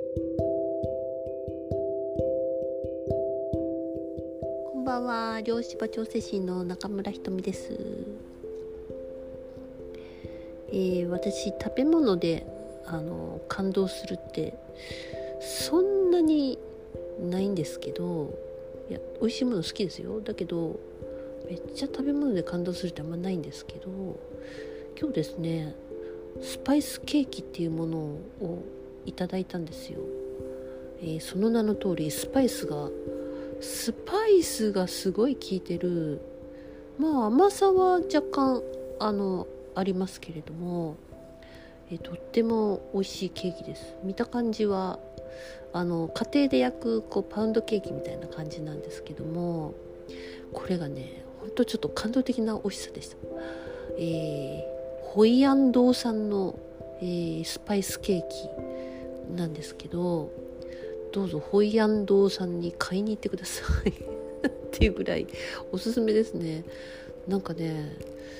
こんばんは、量子波調整師の中村ひとみです。私食べ物で感動するってそんなにないんですけど、いや美味しいもの好きですよ。だけどめっちゃ食べ物で感動するってあんまないんですけど、今日ですねスパイスケーキっていうものをいただいたんですよ。その名の通りスパイスがすごい効いてる、甘さは若干ありますけれども、とっても美味しいケーキです。見た感じは家庭で焼くパウンドケーキみたいな感じなんですけども、これがねほんとちょっと感動的な美味しさでした。ホイアン堂さんの、スパイスケーキなんですけど、どうぞホイアン堂さんに買いに行ってくださいっていうぐらいおすすめですね。なんかね、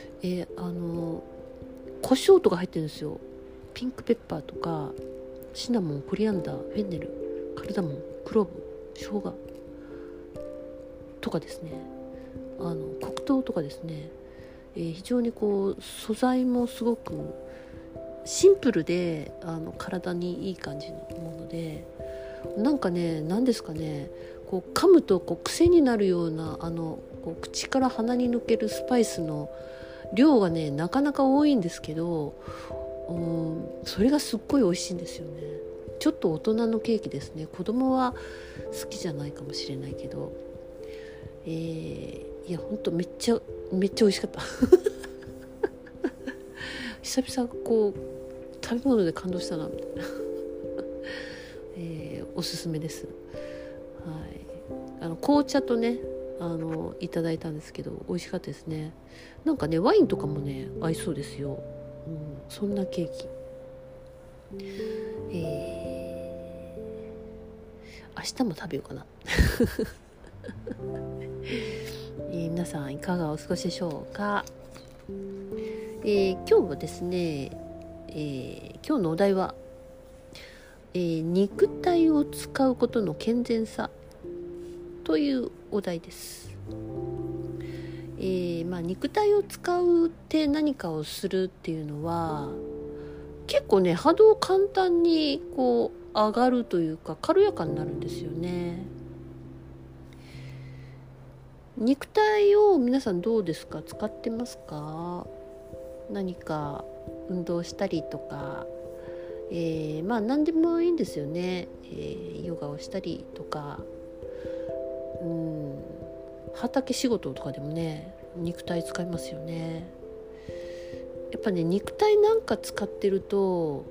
胡椒とか入ってるんですよ。ピンクペッパーとかシナモン、コリアンダー、フェンネル、カルダモン、クローブ、生姜とかですね、黒糖とかですね、非常に素材もすごくシンプルで体にいい感じのもので、なんかね、何ですかね、噛むと癖になるような口から鼻に抜けるスパイスの量がねなかなか多いんですけど、それがすっごい美味しいんですよね。ちょっと大人のケーキですね。子供は好きじゃないかもしれないけど、いやほんとめっちゃ美味しかった久々食べ物で感動したなみたいなおすすめです。はい、紅茶とねいただいたんですけど美味しかったですね。なんかねワインとかもね合いそうですよ、そんなケーキ。明日も食べようかな皆さんいかがお過ごしでしょうか。今日はですね、今日のお題は、肉体を使うことの健全さというお題です。肉体を使うって何かをするっていうのは結構ね波動簡単に上がるというか軽やかになるんですよね。肉体を皆さんどうですか？使ってますか？何か運動したりとか、何でもいいんですよね。ヨガをしたりとか、畑仕事とかでもね肉体使いますよね。やっぱね肉体なんか使ってると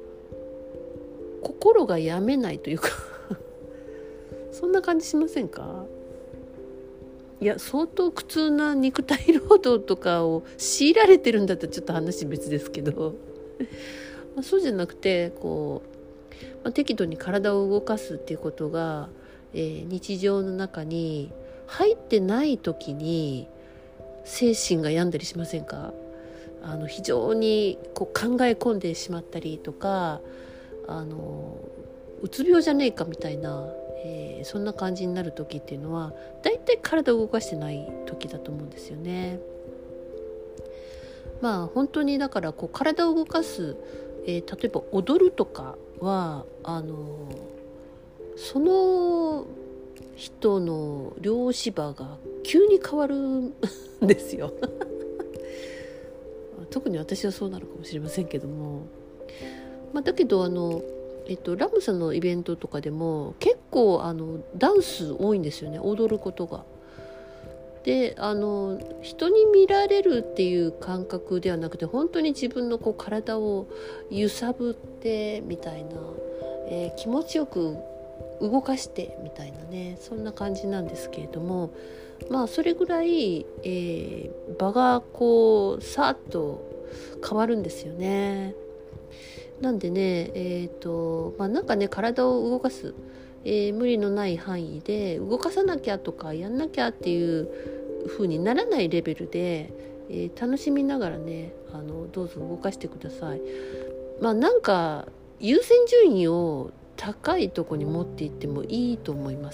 心が病めないというかそんな感じしませんか？いや相当苦痛な肉体労働とかを強いられてるんだったらちょっと話別ですけどそうじゃなくて適度に体を動かすっていうことが、日常の中に入ってない時に精神が病んだりしませんか？非常に考え込んでしまったりとかうつ病じゃねえかみたいな、そんな感じになる時っていうのはだいたい体を動かしてない時だと思うんですよね。本当にだから体を動かす、例えば踊るとかはその人の両芝が急に変わるんですよ特に私はそうなのかもしれませんけども、だけどラムさんのイベントとかでも結構ダンス多いんですよね、踊ることが。で人に見られるっていう感覚ではなくて本当に自分の体を揺さぶってみたいな、気持ちよく動かしてみたいなね、そんな感じなんですけれども、それぐらい、場がさっと変わるんですよね。なんでねなんかね体を動かす、無理のない範囲で動かさなきゃとかやんなきゃっていう風にならないレベルで、楽しみながらねどうぞ動かしてください。なんか優先順位を高いとこに持って行ってもいいと思います。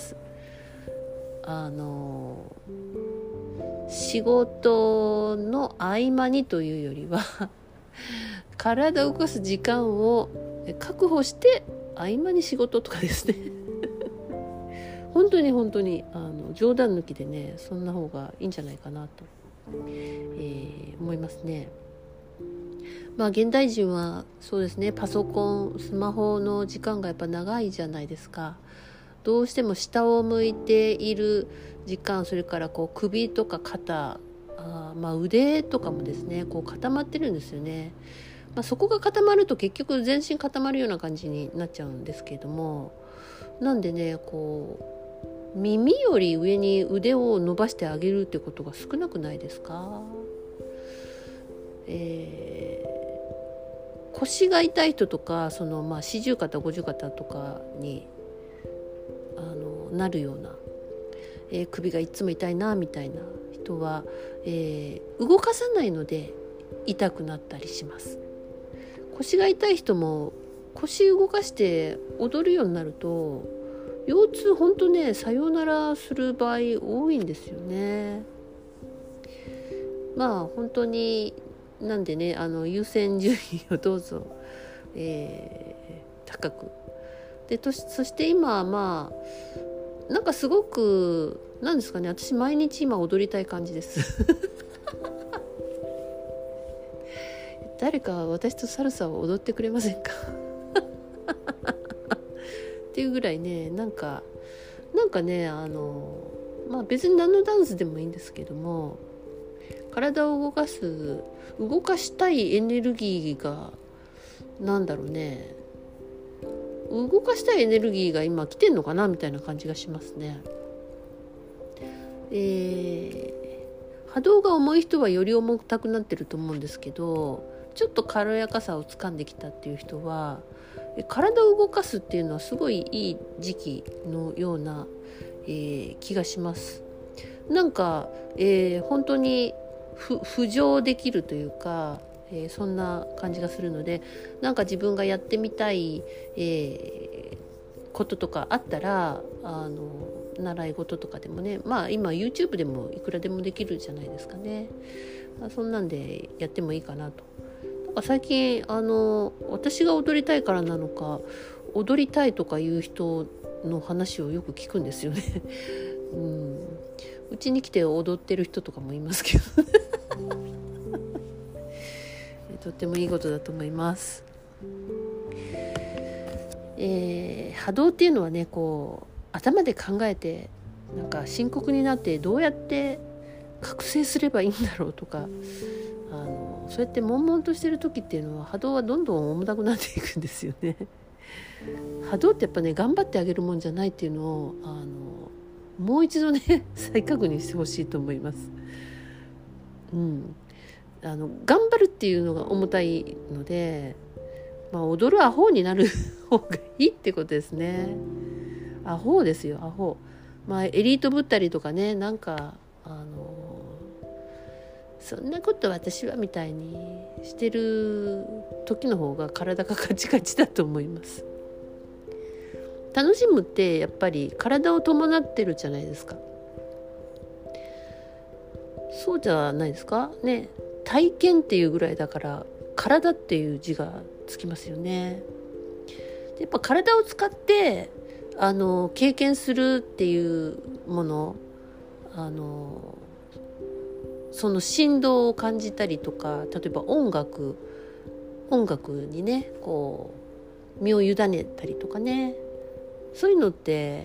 仕事の合間にというよりは体を動かす時間を確保して合間に仕事とかですね本当に冗談抜きでね、そんな方がいいんじゃないかなと、思いますね。現代人はそうですね、パソコンスマホの時間がやっぱ長いじゃないですか。どうしても下を向いている時間、それから首とか肩、腕とかもですね固まってるんですよね。そこが固まると結局全身固まるような感じになっちゃうんですけれども、なんでね耳より上に腕を伸ばしてあげるってことが少なくないですか？腰が痛い人とか四十肩五十肩とかになるような、首がいつも痛いなみたいな人は、動かさないので痛くなったりします。腰が痛い人も腰動かして踊るようになると腰痛ほんとねさよならする場合多いんですよね。本当になんでね優先順位をどうぞ、高くでそして今なんかすごくなんですかね、私毎日今踊りたい感じです誰か私とサルサを踊ってくれませんかっていうぐらいね、なんかね別に何のダンスでもいいんですけども、体を動かしたいエネルギーが動かしたいエネルギーが今来てんのかなみたいな感じがしますね。波動が重い人はより重たくなってると思うんですけど、ちょっと軽やかさを掴んできたっていう人は体を動かすっていうのはすごいいい時期のような、気がします。なんか、本当に浮上できるというか、そんな感じがするので、なんか自分がやってみたい、こととかあったら習い事とかでもね、今 YouTube でもいくらでもできるじゃないですかね。そんなんでやってもいいかなと。最近私が踊りたいからなのか踊りたいとかいう人の話をよく聞くんですよねうちに来て踊ってる人とかもいますけどとってもいいことだと思います。波動っていうのはね頭で考えてなんか深刻になってどうやって覚醒すればいいんだろうとかそうやって悶々としてる時っていうのは波動はどんどん重たくなっていくんですよね。波動ってやっぱね頑張ってあげるもんじゃないっていうのをもう一度ね再確認してほしいと思います。頑張るっていうのが重たいので、踊るアホになる方がいいってことですね。アホですよ、アホ。エリートぶったりとかね、なんかそんなこと私はみたいにしてる時の方が体がカチカチだと思います。楽しむってやっぱり体を伴ってるじゃないですか。そうじゃないですかね。体験っていうぐらいだから体っていう字がつきますよね。やっぱ体を使って経験するっていうものその振動を感じたりとか、例えば音楽にね身を委ねたりとかね、そういうのって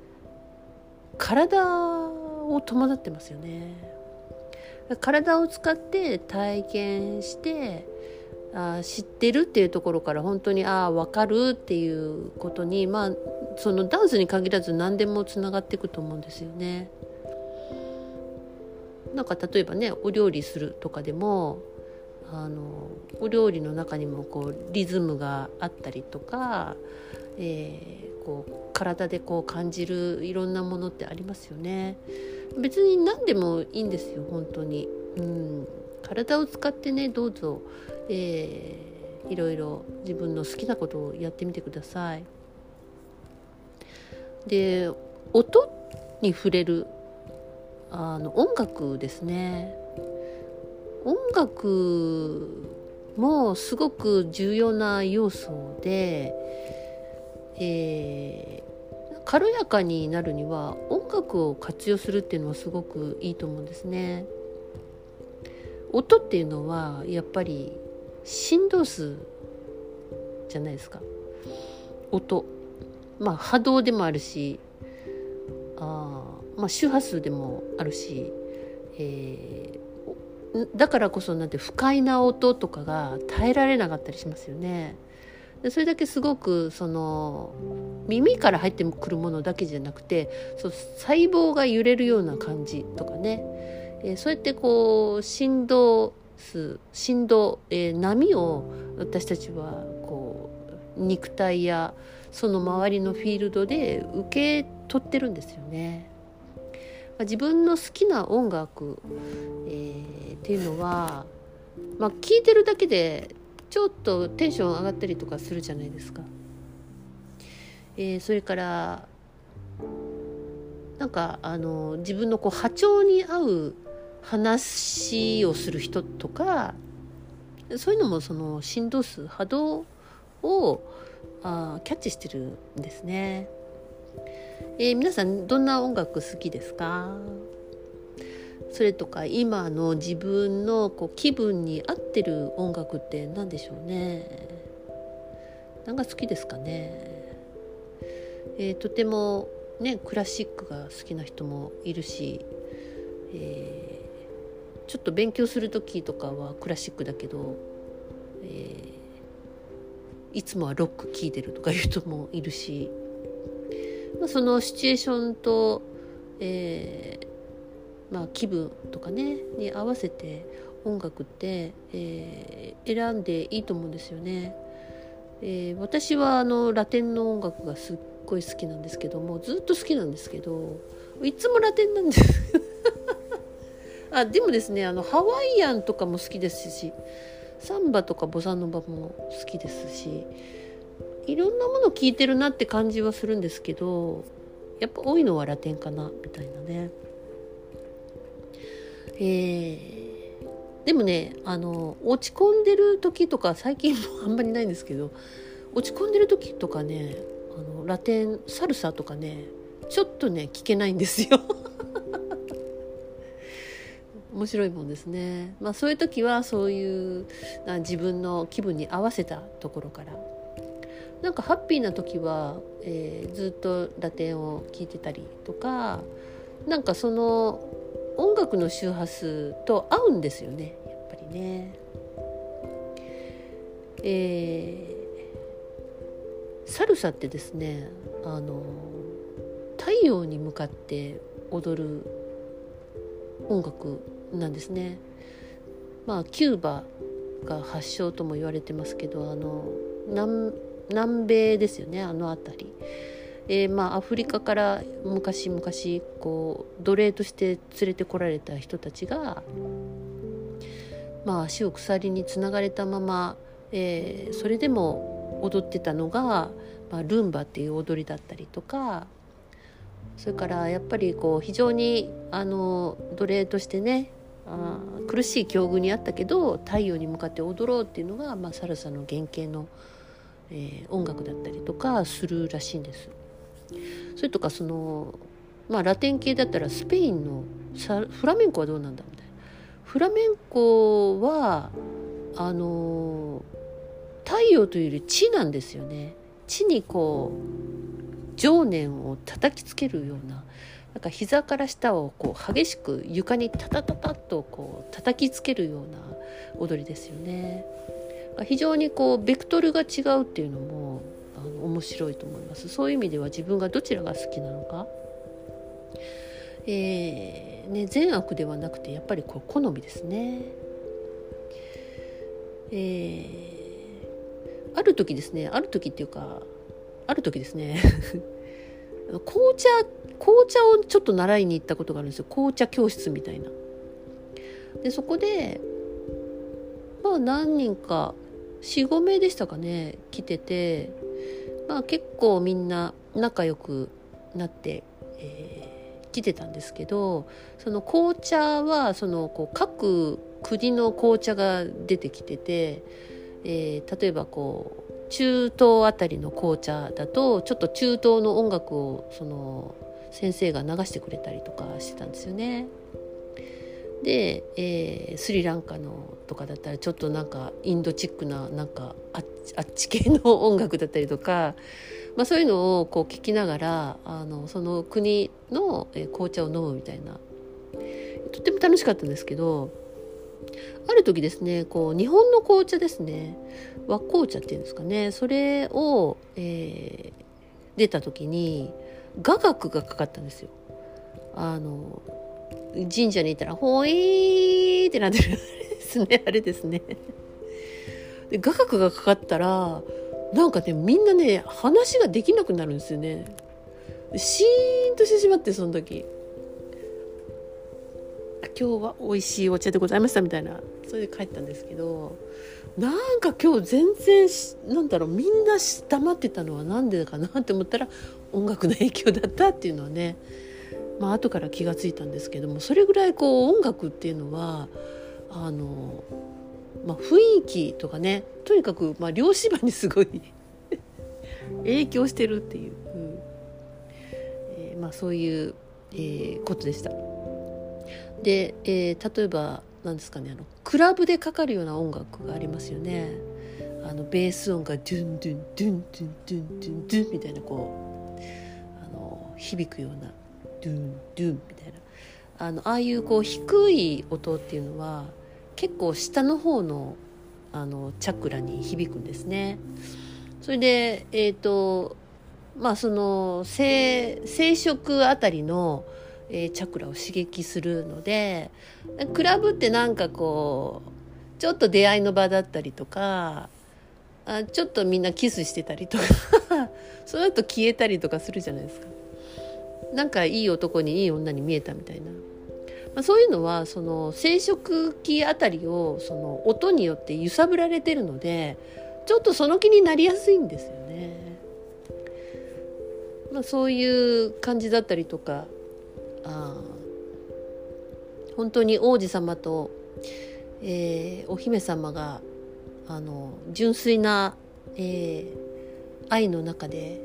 体を伴ってますよね。体を使って体験して知ってるっていうところから本当に分かるっていうことにそのダンスに限らず何でもつながっていくと思うんですよね。なんか例えばねお料理するとかでもお料理の中にもリズムがあったりとか、体で感じるいろんなものってありますよね。別に何でもいいんですよ本当に。体を使ってねどうぞ、いろいろ自分の好きなことをやってみてください。 で、音に触れる音楽ですね。音楽もすごく重要な要素で、軽やかになるには音楽を活用するっていうのはすごくいいと思うんですね。音っていうのはやっぱり振動数じゃないですか。音、波動でもあるし、周波数でもあるし、だからこそ不快な音とかが耐えられなかったりしますよね。でそれだけすごく耳から入ってくるものだけじゃなくて、細胞が揺れるような感じとかね、そうやって振動、波を私たちは肉体やその周りのフィールドで受け取ってるんですよね。自分の好きな音楽、っていうのは、聴いてるだけでちょっとテンション上がったりとかするじゃないですか。それから自分の波長に合う話をする人とか、そういうのもその振動数、波動をキャッチしてるんですね。皆さんどんな音楽好きですか？それとか今の自分の気分に合ってる音楽って何でしょうね。何が好きですかね。とてもねクラシックが好きな人もいるし、ちょっと勉強する時とかはクラシックだけど、いつもはロック聴いてるとかいう人もいるし、そのシチュエーションと、気分とかねに合わせて音楽って、選んでいいと思うんですよね。私はラテンの音楽がすっごい好きなんですけども、ずっと好きなんですけど、いつもラテンなんですでもですね、ハワイアンとかも好きですし、サンバとかボサノバも好きですし、いろんなもの聴いてるなって感じはするんですけど、やっぱ多いのはラテンかなみたいなね。でもね、落ち込んでる時とか、最近もあんまりないんですけど、落ち込んでる時とかね、ラテンサルサとかね、ちょっとね聞けないんですよ面白いもんですね。そういう時はそういう自分の気分に合わせたところから、ハッピーな時は、ずっとラテンを聴いてたりとか、その音楽の周波数と合うんですよね、やっぱりね。サルサってですね、太陽に向かって踊る音楽なんですね。キューバが発祥とも言われてますけど、南米ですよね、あの辺り。アフリカから昔々奴隷として連れてこられた人たちが、足を鎖につながれたまま、それでも踊ってたのが、ルンバっていう踊りだったりとか、それからやっぱり非常に奴隷としてね、苦しい境遇にあったけど太陽に向かって踊ろうっていうのが、サルサの原型の、音楽だったりとかするらしいんです。それとかラテン系だったらスペインのフラメンコはどうなんだみたいな。フラメンコは太陽というより地なんですよね。地に情念を叩きつけるような、膝から下を激しく床にタタタタッと叩きつけるような踊りですよね。非常にベクトルが違うっていうのも面白いと思います。そういう意味では自分がどちらが好きなのか、善悪ではなくてやっぱり好みですね。ある時ですね紅茶をちょっと習いに行ったことがあるんですよ。紅茶教室みたいな。でそこで何人か 4,5 名でしたかね来てて、結構みんな仲良くなって、来てたんですけど、その紅茶はこう各国の紅茶が出てきてて、例えばこう中東あたりの紅茶だとちょっと中東の音楽をその先生が流してくれたりとかしてたんですよね。で、スリランカのとかだったらちょっとなんかインドチックななんかあっち系の音楽だったりとか、そういうのをこう聞きながらその国の紅茶を飲むみたいな、とっても楽しかったんですけど、ある時ですね、こう日本の紅茶ですね、和紅茶っていうんですかね、それを、出た時に雅楽がかかったんですよ。神社に行ったらほいーってなってるあれですね。で雅楽がかかったらなんかね、みんなね話ができなくなるんですよね。シーンとしてしまって、その時今日は美味しいお茶でございましたみたいな、それで帰ったんですけど、なんか今日全然なんだろう、みんな黙ってたのはなんでかなって思ったら音楽の影響だったっていうのはね、後から気がついたんですけども、それぐらいこう音楽っていうのは雰囲気とかね、とにかく漁師場にすごい影響してるっていう、そういう、ことでした。で、例えば何ですかね、クラブでかかるような音楽がありますよね。ベース音がドゥンドゥンドゥンドゥンドゥンドゥンドゥンみたいな、こう響くようなドゥンドゥンみたいな、ああいうこう低い音っていうのは結構下の方のチャクラに響くんですね。それでその生殖あたりの、チャクラを刺激するので、クラブってなんかこうちょっと出会いの場だったりとか、ちょっとみんなキスしてたりとかその後消えたりとかするじゃないですか。なんかいい男にいい女に見えたみたいな、そういうのはその生殖器あたりをその音によって揺さぶられてるので、ちょっとその気になりやすいんですよね。そういう感じだったりとか、本当に王子様と、お姫様が純粋な、愛の中で、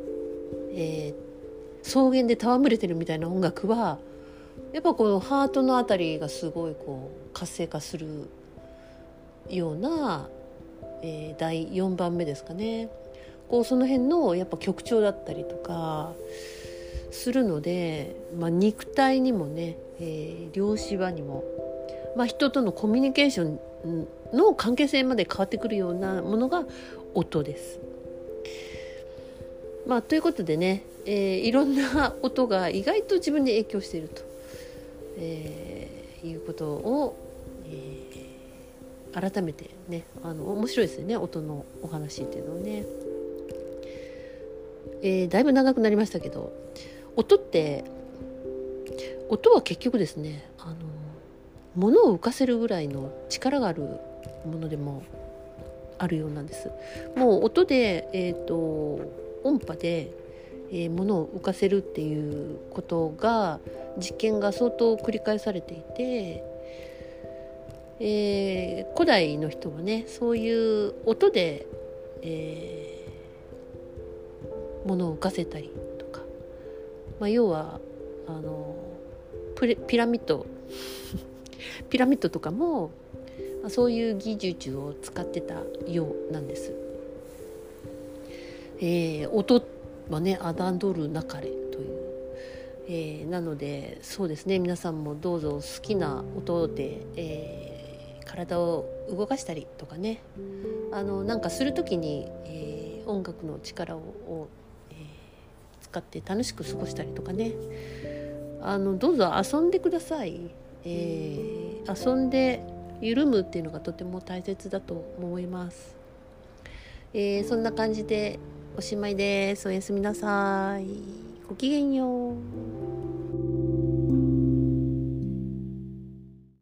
草原で戯れてるみたいな音楽はやっぱこのハートのあたりがすごいこう活性化するような、第4番目ですかね。こうその辺のやっぱ曲調だったりとかするので、肉体にもね、量子場にも、人とのコミュニケーションの関係性まで変わってくるようなものが音です。ということでね、いろんな音が意外と自分に影響していると、いうことを、改めてね、面白いですよね、音のお話っていうのをね。だいぶ長くなりましたけど、音は結局ですね、物を浮かせるぐらいの力があるものでもあるようなんです。もう音で、音波で、物を浮かせるっていうことが実験が相当繰り返されていて、古代の人はね、そういう音で、物を浮かせたりとか、要はピラミッドピラミッドとかも、そういう技術を使ってたようなんです。音はね、侮るなかれという、なのでそうですね、皆さんもどうぞ好きな音で、体を動かしたりとかね、なんかするときに、音楽の力を、使って楽しく過ごしたりとかね、どうぞ遊んでください。遊んで緩むっていうのがとても大切だと思います。そんな感じでおしまいです。おやすみなさい。ごきげんよう。